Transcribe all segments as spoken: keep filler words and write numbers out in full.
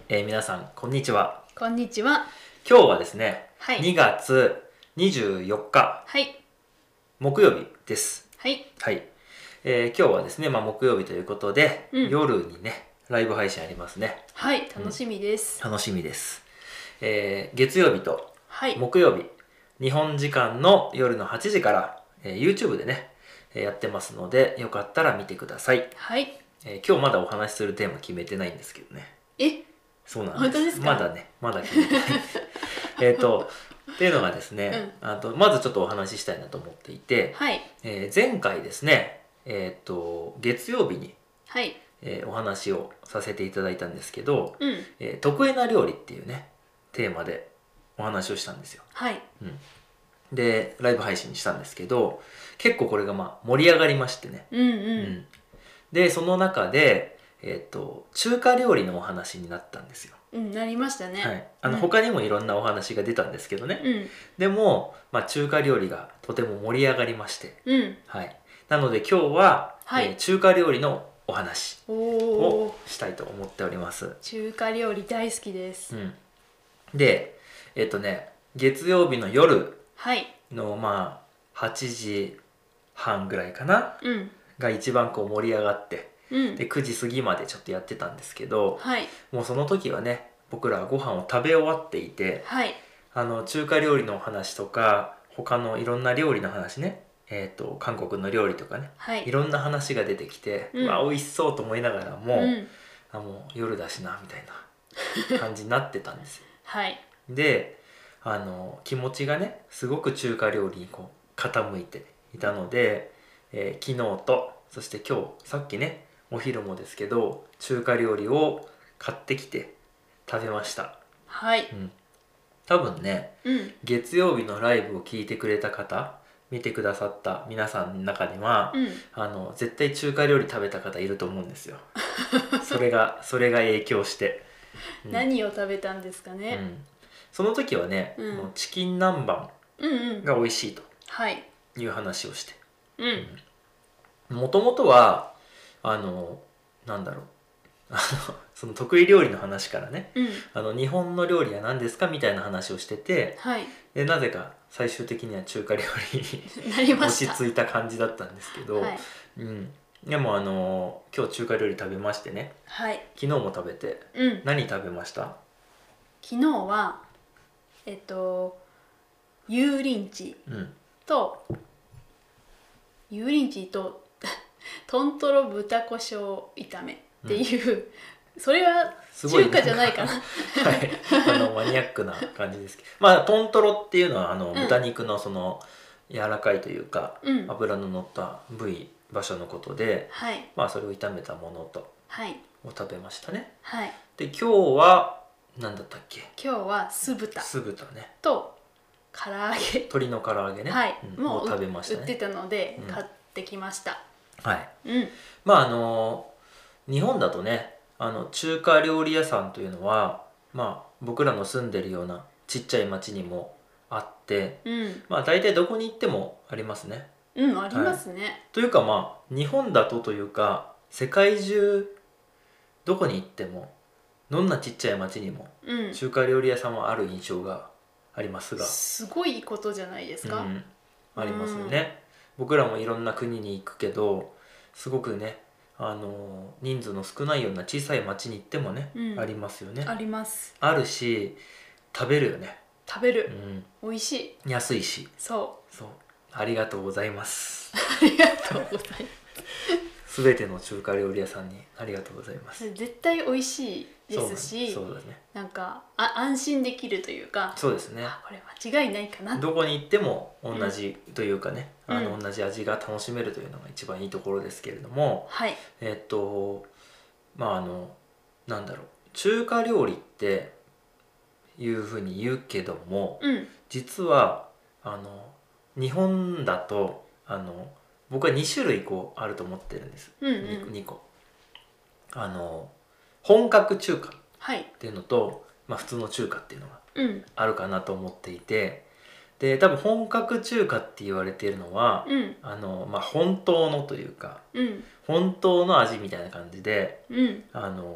えー皆さんこんにちは。 こんにちは。 今日はですね、 はいにがつにじゅうよっかはい木曜日です。 はいはい、えー今日はですね、まあ、木曜日ということで、 うん夜にねライブ配信ありますね。 はい楽しみです。 楽しみです。えー月曜日とはい木曜日、日本時間の夜のはちじから、えー YouTube でねえーやってますので、よかったら見てください。 はいえー今日まだお話しするテーマ決めてないんですけどね。 えそうなんです。 本当ですかまだね、まだ決めてないです。えっと、っていうのがですね、あとまずちょっとお話ししたいなと思っていて、 はいえー前回ですね、えっと、月曜日に、 はいえーお話をさせていただいたんですけど、 うんえー得意な料理っていうね、テーマでお話をしたんですよ。 はいで、ライブ配信にしたんですけど、結構これがまあ盛り上がりましてね。 うんうん、 うんで、その中で、えっと、中華料理のお話になったんですよ。 うんなりましたね。 はい、あのうん他にもいろんなお話が出たんですけどね、 うんでも、まあ、中華料理がとても盛り上がりまして、 うんはい、なので今日は、 はいえー中華料理のお話おをおしたいと思っております、 中華料理大好きです。 うん、でえっ、とね月曜日の夜はいのまあはちじはんぐらいかなうんが一番こう盛り上がって、 うんでくじ過ぎまでちょっとやってたんですけど、 はいもうその時はね僕らはご飯を食べ終わっていて、 はいあの中華料理のお話とか他のいろんな料理の話ね、えー、と韓国の料理とかね、 はいいろんな話が出てきて、 ううんわ美味しそうと思いながらも、 うんあもう夜だしなみたいな感じになってたんですよ。 はいであの気持ちがねすごく中華料理にこう傾いていたので、えー昨日とそして今日さっきねお昼もですけど中華料理を買ってきて食べました。 はいうん多分ねうん月曜日のライブを聞いてくれた方見てくださった皆さんの中には、 うんあの絶対中華料理食べた方いると思うんですよそれがそれが影響して、うん何を食べたんですかうね。 ん、その時はね、 うんもうチキン南蛮うんうんが美味しいとはいいう話をしてうんもともとはあのなんだろうあのその得意料理の話からねうんあの日本の料理は何ですかみたいな話をしてて、 はいでなぜか最終的には中華料理になりま落ちした。 着いた感じだったんですけど、 はいうん、でもあの今日中華料理食べましてねはい昨日も食べてうん何食べました？ 昨日はえっと油淋鶏うんと油淋鶏と豚トロ豚胡椒炒めっていう、それはすごい中華じゃないかな。 はいあのマニアックな感じですけどまあ豚トロっていうのはあのん豚肉のその柔らかいというか、 うん脂の乗った部位場所のことで、 はいまあ、それを炒めたものとはいを食べましたね。 はい。 で今日は何だったっけ？ 今日は酢豚酢豚ねと唐揚げ、 鶏の唐揚げね、 はい、 うんをもう食べました売ってね。 たのでうん買ってきました。 はいうんまああの日本だとねあの中華料理屋さんというのはまあ僕らの住んでるようなちっちゃい町にもあってうんまあ大体どこに行ってもありますね。 うんありますね。 というかまあ日本だとというか世界中どこに行ってもどんなちっちゃい町にもうん中華料理屋さんはある印象がありますが、 すごいことじゃないですか。 うん、ありますよね。僕らもいろんな国に行くけどすごくねあの人数の少ないような小さい町に行ってもね、 うんありますよね。 あります。 あるし食べるよね、 食べる、 うん、 美味しい。 安いしそそうありがとうございますうありがとうございすべての中華料理屋さんにありがとうございまますす。絶対美味しいですし、 そうそうだねなんかあ安心できるというか、 そうですねあこれ間違いないかな。 どこに行っても同じというかね、 うんあの同じ味が楽しめるというのが一番いいところですけれども、 はいえっとまああのなんだろう中華料理っていうふうに言うけどもうん実はあの日本だとあの僕はに種類こうあると思ってるんです、 うんうんにこあの本格中華っはいていうのと、まあ、普通の中華っていうのがうんあるかなと思っていてで多分本格中華って言われているのは、 うんあのまあ、本当のというかうん本当の味みたいな感じでうんあの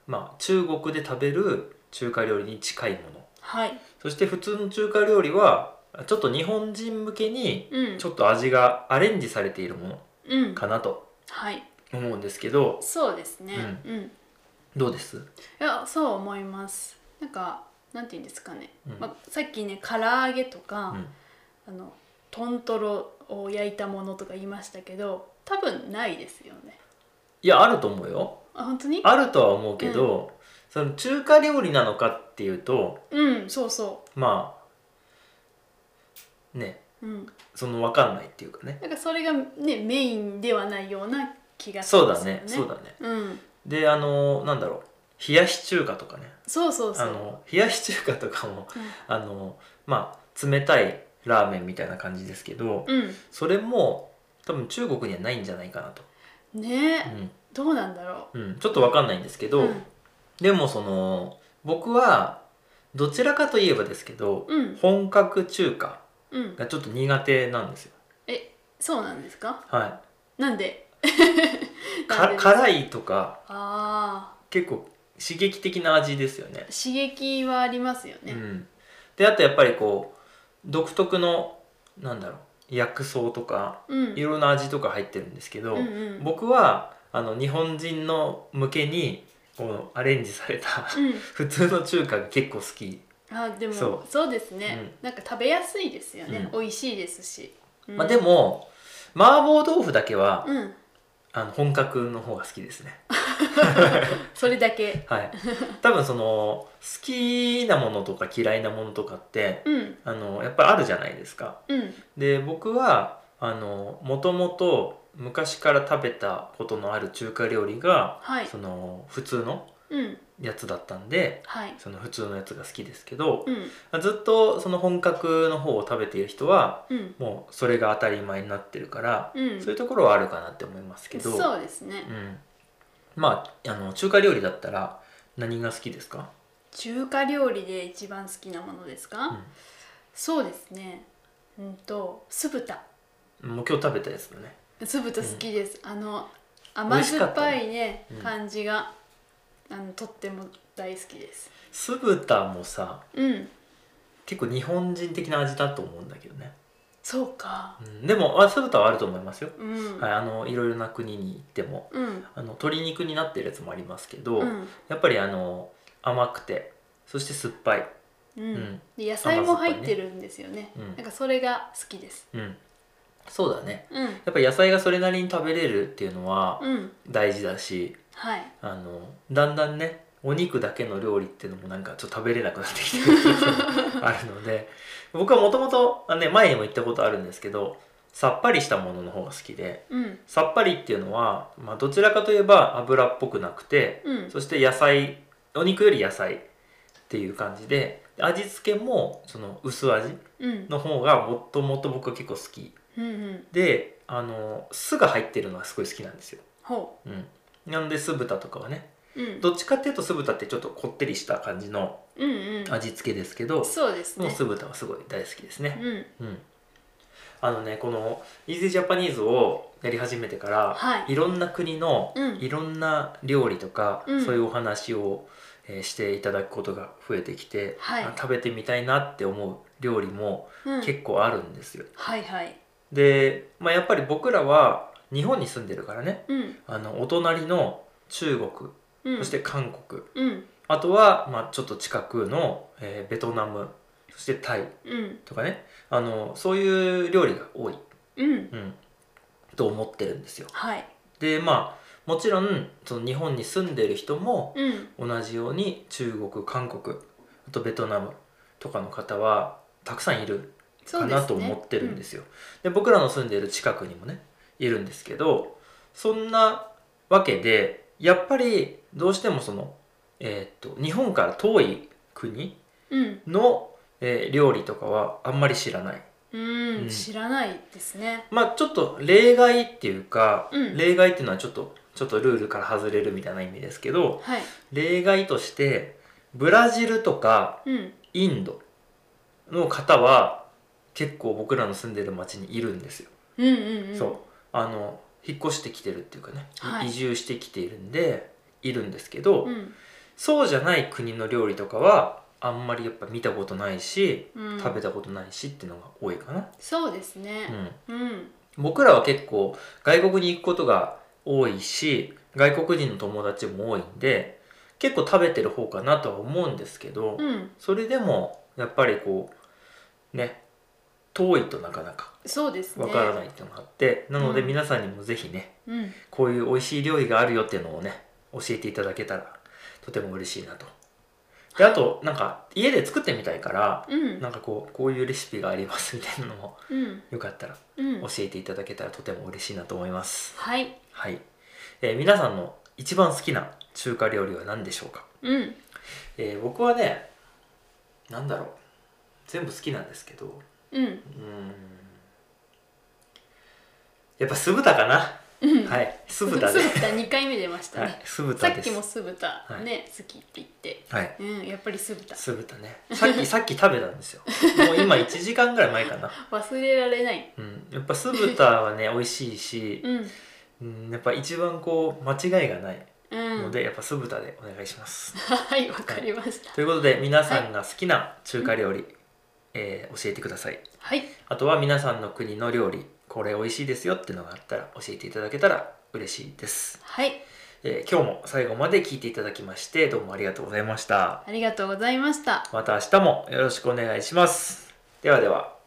まあ、中国で食べる中華料理に近いもの、 はい。 そして普通の中華料理はちょっと日本人向けにうんちょっと味がアレンジされているもうんのかなとはい。 思うんですけど、 そうですね。 ううん。いどうです？ や、そう思います。なんか、なんていうんですかね。 うんまあ、さっきね、唐揚げとか、 うんあのトントロを焼いたものとか言いましたけど、多分ないですよね。 いや、あると思うよ。 あ、本当に？ あるとは思うけど、その中華料理なのかっていうと、 うん、そうそまあね、 う。うん。 その分かんないっていうかね。 なんかそれがね、メインではないような気がしそうますよね。 だね、そうだね。 うん。 で、あのなんだろう、冷やし中華とかね、 そうそうそう。 あの冷やし中華とかもうんあのまあ冷たいラーメンみたいな感じですけど、 うんそれも多分中国にはないんじゃないかなと、 ねえ、どうなんだろうんうん、ちょっと分かんないんですけう。 ど、 うんでもその僕はどちらかといえばですけど、 うん本格中華うん。 がちょっと苦手なんですよ。 え、そうなんですか？ はなんで？ い、かなんでです辛いとかああ、 結構刺激的な味ですよね。 刺激はありますよね。 うん、であとやっぱりこう独特のなんだろう薬草とかうんいろんな味とか入ってるんですけど、 うんうん僕はあの日本人の向けにこのアレンジされたうん。 普通の中華が結構好き。 あ、でもそそううですね。なんか食べやすいですよね。 うん美味しいですし。うんまあ、でも麻婆豆腐だけは、 うん。 あの本格の方が好きですね。 それだけ。 はい、多分その好きなものとか嫌いなものとかってうんあのやっぱりあるじゃないですか。 うんで僕はあのもともと昔から食べたことのある中華料理が、 はい。 その普通のうんやつだったんで、 はい。 その普通のやつが好きですけど、 うんずっとその本格の方を食べている人はうんもうそれが当たり前になってるから、 うん。 そういうところはあるかなって思いますけど、 そうですね。 うん、まああの中華料理だったら何が好きですか？ 中華料理で一番好きなものですか？ うんそうですね。うんと酢豚。 もう今日食べたやつだね。 酢豚好きです。あの美甘味しかった酸っぱいねうん感じがあのとっても大好きです。 酢豚もさうん。 結構日本人的な味だと思うんだけどね。 そうか。 うん、でもあ酢豚はあると思いますよ。 うん。 はい、あのいろいろな国に行ってもうん。 あの鶏肉になってるやつもありますけど、 うん。 やっぱりあの甘くてそして酸っぱい、 うん。 うんで野菜も入ってるんですよね。 うんなんかそれが好きです。 うん、そうだね。 うん。 やっぱ野菜がそれなりに食べれるっていうのはうん。 大事だし、 はい。 あのだんだんねお肉だけの料理っていうのもなんかちょっと食べれなくなってきてるっていうのがあるので、僕はもともとね前にも言ったことあるんですけど、さっぱりしたものの方が好きで、 うん。 さっぱりっていうのは、まあ、どちらかといえば油っぽくなくて、 うん。 そして野菜お肉より野菜っていう感じで、味付けもその薄味うん。 の方がもっともっと僕は結構好きうん。うん。 で、あの酢が入ってるのはすごい好きなんですよ。 ほうん、なので酢豚とかはね、 う。うん。 どっちかっていうと酢豚ってちょっとこってりした感じのうんうん。 味付けですけど、 そうですね。 もう酢豚はすごい大好きですね。 うん。 うん、あのねこの「イージージャパニーズ」をやり始めてから、 はい。 いろんな国のうんいろんな料理とか、 うんそういうお話を、えーしていただくことが増えてきて、 はいあ食べてみたいなって思う料理もうん。 結構あるんですよ。 はいはい。 で、まあ、やっぱり僕らは日本に住んでるからね、 うん。 あのお隣の中国、 うん。 そして韓国、 うん。 あとは、まあ、ちょっと近くの、えーベトナム、そしてタイうん。 とかね、あのそういう料理が多い、 うん。 うん、と思ってるんですよ。 はい。 でまあもちろんその日本に住んでる人もうん。 同じように中国韓国あとベトナムとかの方はたくさんいるかなと思ってるんですよ。で僕らの住んでる近くにもねいるんですけど、そんなわけでやっぱりどうしてもその、えーっと日本から遠い国うん。 の、えー料理とかはあんまり知らない。 ううんん。知らないですね。 まあちょっと例外っていうか、 うん例外っていうのはちょっとちょっとルールから外れるみたいな意味ですけど、 はい。 例外としてブラジルとかうん。 インドの方は結構僕らの住んでる町にいるんですよ。 うんうんうん。 そうあの引っ越してきてるっていうかね、 はい移住してきているんでいるんですけど、 うん。 そうじゃない国の料理とかはあんまりやっぱ見たことないし、 うん、 食べたことないしっていうのが多いかな。 そうですね。 うんうん僕らは結構外国に行くことが多いし、外国人の友達も多いんで結構食べてる方かなとは思うんですけど、 うんそれでもやっぱりこうね遠いとなかなかそうですね。 わからないっていうのがあって、なのでうん皆さんにもぜひねうんこういう美味しい料理があるよっていうのをね教えていただけたらとても嬉しいなと。であとなんか家で作ってみたいからうんなんかこうこういうレシピがありますみたいなのもうんよかったらうん教えていただけたらとても嬉しいなと思います。 はい。 はい、えー皆さんの一番好きな中華料理は何でしょうか。 うんえー僕はねなんだろう全部好きなんですけどうんうーんやっぱ酢豚かな。 うんはい酢豚で酢豚にかいめ出ましたはね。 い酢豚さです。 っきも酢豚はいね、好きって言って、 はいうん、やっぱり酢豚酢豚ねさっきさっき食べたんですよもう今いちじかんぐらい前かな。 忘れられない。 うんやっぱ酢豚はね美味しいし、 うんうん、やっぱ一番こう間違いがないうんので、やっぱ酢豚でお願いします。 はい、わかりました。 ということで皆さんが好きな中華料理、えー教えてください。 はいあとは皆さんの国の料理これ美味しいですよっていうのがあったら教えていただけたら嬉しいです。 はい、 えー今日も最後まで聞いていただきましてどうもありがとうございました。 ありがとうございました。 また明日もよろしくお願いします。ではでは。